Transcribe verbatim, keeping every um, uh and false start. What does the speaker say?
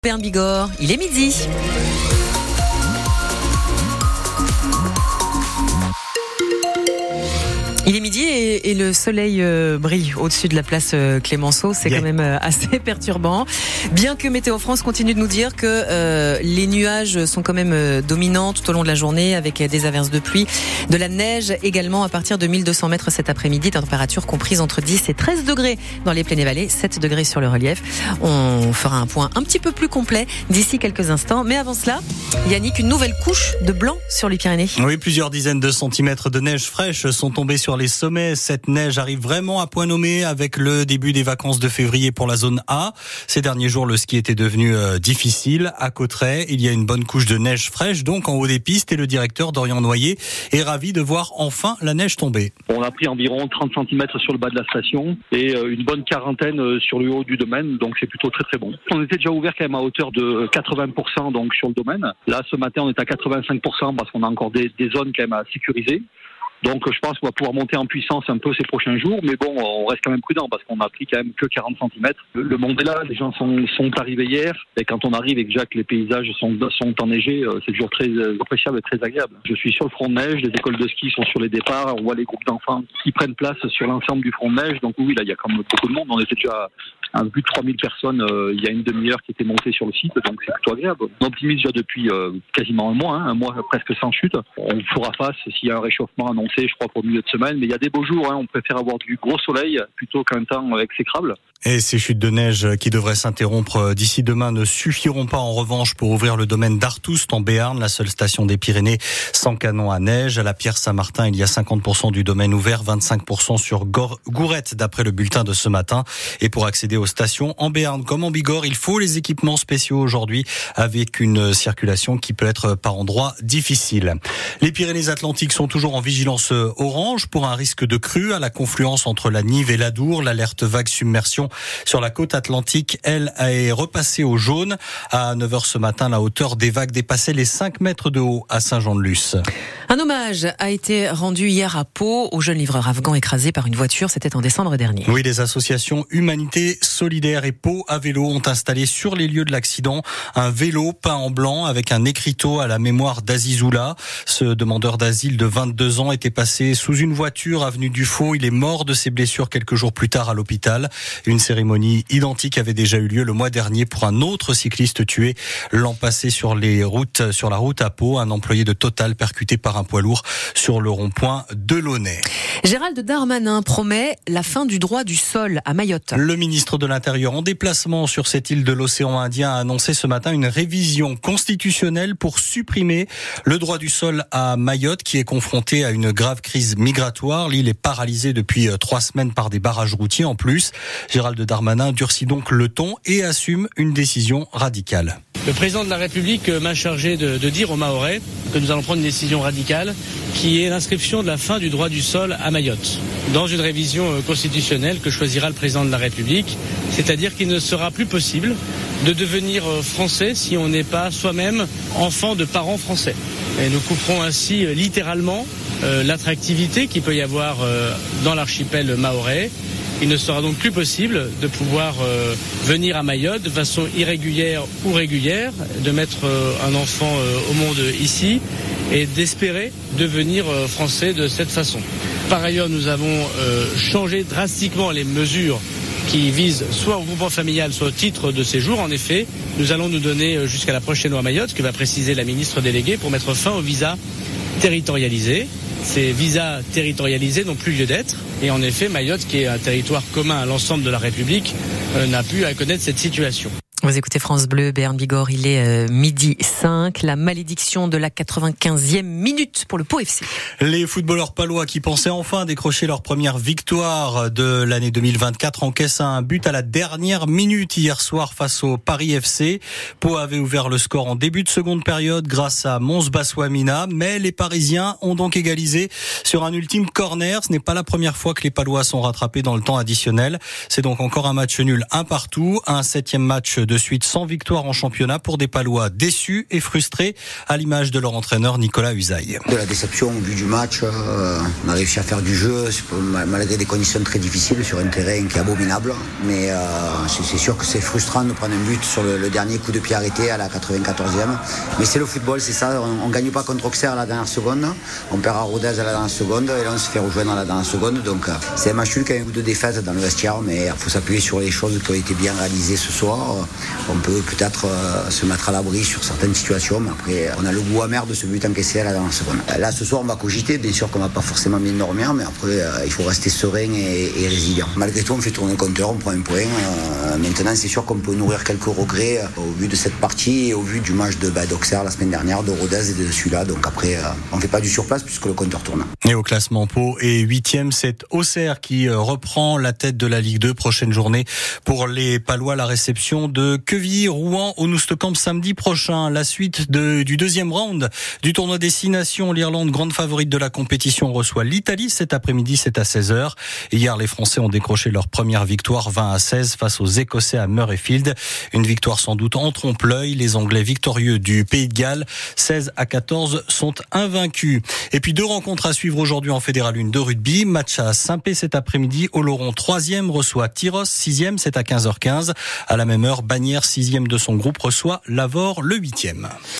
Bern Bigorre, il est midi. Il est midi et, et le soleil euh, brille au-dessus de la place euh, Clémenceau. C'est yeah. quand même euh, assez perturbant. Bien que Météo France continue de nous dire que euh, les nuages sont quand même euh, dominants tout au long de la journée avec des averses de pluie, de la neige également à partir de mille deux cents mètres cet après-midi. Température comprise entre dix et treize degrés dans les plaines et vallées, sept degrés sur le relief. On fera un point un petit peu plus complet d'ici quelques instants. Mais avant cela, Yannick, une nouvelle couche de blanc sur les Pyrénées. Oui, plusieurs dizaines de centimètres de neige fraîche sont tombés sur les sommets. Cette neige arrive vraiment à point nommé avec le début des vacances de février pour la zone A. Ces derniers jours, le ski était devenu euh, difficile. À Cauterets, il y a une bonne couche de neige fraîche, donc en haut des pistes, et le directeur Dorian Noyer est ravi de voir enfin la neige tomber. On a pris environ trente centimètres sur le bas de la station et euh, une bonne quarantaine sur le haut du domaine, donc c'est plutôt très très bon. On était déjà ouvert quand même à hauteur de quatre-vingts pour cent donc sur le domaine. Là, ce matin, on est à quatre-vingt-cinq pour cent parce qu'on a encore des, des zones quand même à sécuriser. Donc je pense qu'on va pouvoir monter en puissance un peu ces prochains jours, mais bon, on reste quand même prudent parce qu'on a pris quand même que quarante centimètres. Le monde est là, les gens sont, sont arrivés hier, et quand on arrive et que déjà que les paysages sont, sont enneigés, c'est toujours très appréciable et très agréable. Je suis sur le front de neige, les écoles de ski sont sur les départs, on voit les groupes d'enfants qui prennent place sur l'ensemble du front de neige, donc oui, là il y a quand même beaucoup de monde, on était déjà à plus de trois mille personnes euh, il y a une demi-heure qui étaient montées sur le site, donc c'est plutôt agréable. On optimise déjà depuis euh, quasiment un mois, hein, un mois presque sans chute. On fera face s'il y a un réchauffement annoncé, je crois, pour le milieu de semaine, mais il y a des beaux jours, hein, on préfère avoir du gros soleil plutôt qu'un temps exécrable. Et ces chutes de neige qui devraient s'interrompre d'ici demain ne suffiront pas en revanche pour ouvrir le domaine d'Artoust en Béarn, la seule station des Pyrénées sans canon à neige. À la Pierre-Saint-Martin, il y a cinquante pour cent du domaine ouvert, vingt-cinq pour cent sur Gourette d'après le bulletin de ce matin. Et pour accéder aux stations en Béarn comme en Bigorre, il faut les équipements spéciaux aujourd'hui avec une circulation qui peut être par endroits difficile. Les Pyrénées-Atlantiques sont toujours en vigilance orange pour un risque de crue à la confluence entre la Nive et l'Adour. L'alerte vague submersion sur la côte atlantique, elle, est repassée au jaune. À neuf heures ce matin, la hauteur des vagues dépassait les cinq mètres de haut à Saint-Jean-de-Luz. Un hommage a été rendu hier à Pau au jeune livreur afghan écrasé par une voiture. C'était en décembre dernier. Oui, les associations Humanité Solidaire et Pau à vélo ont installé sur les lieux de l'accident un vélo peint en blanc avec un écriteau à la mémoire d'Azizoula. Ce demandeur d'asile de vingt-deux ans était passé sous une voiture avenue Dufaux. Il est mort de ses blessures quelques jours plus tard à l'hôpital. Une cérémonie identique avait déjà eu lieu le mois dernier pour un autre cycliste tué l'an passé sur les routes, sur la route à Pau, un employé de Total percuté par un poids lourd sur le rond-point de Launay. Gérald Darmanin promet la fin du droit du sol à Mayotte. Le ministre de l'Intérieur en déplacement sur cette île de l'océan Indien a annoncé ce matin une révision constitutionnelle pour supprimer le droit du sol à Mayotte qui est confronté à une grave crise migratoire. L'île est paralysée depuis trois semaines par des barrages routiers en plus. Gérald Darmanin durcit donc le ton et assume une décision radicale. Le président de la République m'a chargé de, de dire aux Mahorais que nous allons prendre une décision radicale qui est l'inscription de la fin du droit du sol à Mayotte dans une révision constitutionnelle que choisira le président de la République, c'est-à-dire qu'il ne sera plus possible de devenir français si on n'est pas soi-même enfant de parents français. Et nous couperons ainsi littéralement euh, l'attractivité qu'il peut y avoir euh, dans l'archipel mahorais. Il ne sera donc plus possible de pouvoir euh, venir à Mayotte de façon irrégulière ou régulière, de mettre euh, un enfant euh, au monde ici et d'espérer devenir euh, français de cette façon. Par ailleurs, nous avons euh, changé drastiquement les mesures qui visent soit au groupement familial, soit au titre de séjour. En effet, nous allons nous donner jusqu'à la prochaine loi Mayotte, que va préciser la ministre déléguée, pour mettre fin aux visas territorialisés. Ces visas territorialisés n'ont plus lieu d'être. Et en effet, Mayotte, qui est un territoire commun à l'ensemble de la République, euh, n'a plus à connaître cette situation. Vous écoutez France Bleu, Bern Bigorre, il est euh, midi cinq, la malédiction de la quatre-vingt-quinzième minute pour le Pau F C. Les footballeurs palois qui pensaient enfin décrocher leur première victoire de l'année deux mille vingt-quatre encaissent un but à la dernière minute hier soir face au Paris F C. Pau avait ouvert le score en début de seconde période grâce à Mons Basouamina, mais les Parisiens ont donc égalisé sur un ultime corner. Ce n'est pas la première fois que les Palois sont rattrapés dans le temps additionnel. C'est donc encore un match nul un partout, un septième match de de suite sans victoire en championnat pour des Palois déçus et frustrés, à l'image de leur entraîneur Nicolas Usaï. De la déception au vu du match, euh, on a réussi à faire du jeu malgré des conditions très difficiles sur un terrain qui est abominable. Mais euh, c'est, c'est sûr que c'est frustrant de prendre un but sur le, le dernier coup de pied arrêté à la quatre-vingt-quatorzième. Mais c'est le football, c'est ça. On ne gagne pas contre Auxerre à la dernière seconde. On perd à Rodez à la dernière seconde. Et là, on se fait rejoindre à la dernière seconde. Donc euh, c'est un match nul qui a un goût de défaite dans le vestiaire. Mais il faut s'appuyer sur les choses qui ont été bien réalisées ce soir. On peut peut-être euh, se mettre à l'abri sur certaines situations. Mais après, on a le goût amer de ce but encaissé à la dernière seconde. Là, ce soir, on va cogiter. Bien sûr qu'on ne va pas forcément bien dormir. Mais après, euh, il faut rester serein et, et résilient. Malgré tout, on fait tourner le compteur. On prend un point. Euh, maintenant, c'est sûr qu'on peut nourrir quelques regrets euh, au vu de cette partie et au vu du match de bah, d'Auxerre la semaine dernière, de Rodez et de celui-là. Donc après, euh, on ne fait pas du surplace puisque le compteur tourne. Et au classement, Pau est huitième. C'est Auxerre qui euh, reprend la tête de la Ligue deux. Prochaine journée pour les Palois, la réception de Quevilly-Rouen au Noustecamp samedi prochain. La suite de, du deuxième round du tournoi des Six Nations. L'Irlande, grande favorite de la compétition, reçoit l'Italie cet après-midi. C'est à seize heures. Hier, les Français ont décroché leur première victoire vingt à seize face aux Écossais à Murrayfield. Une victoire sans doute en trompe-l'œil. Les Anglais victorieux du Pays de Galles, seize à quatorze, sont invaincus. Et puis deux rencontres à suivre aujourd'hui en Fédéral un de rugby. Match à Saint-Pé cet après-midi. Oloron troisième reçoit Tyros sixième, c'est à quinze heures quinze. À la même heure, Bagnères sixième de son groupe reçoit Lavore le huitième.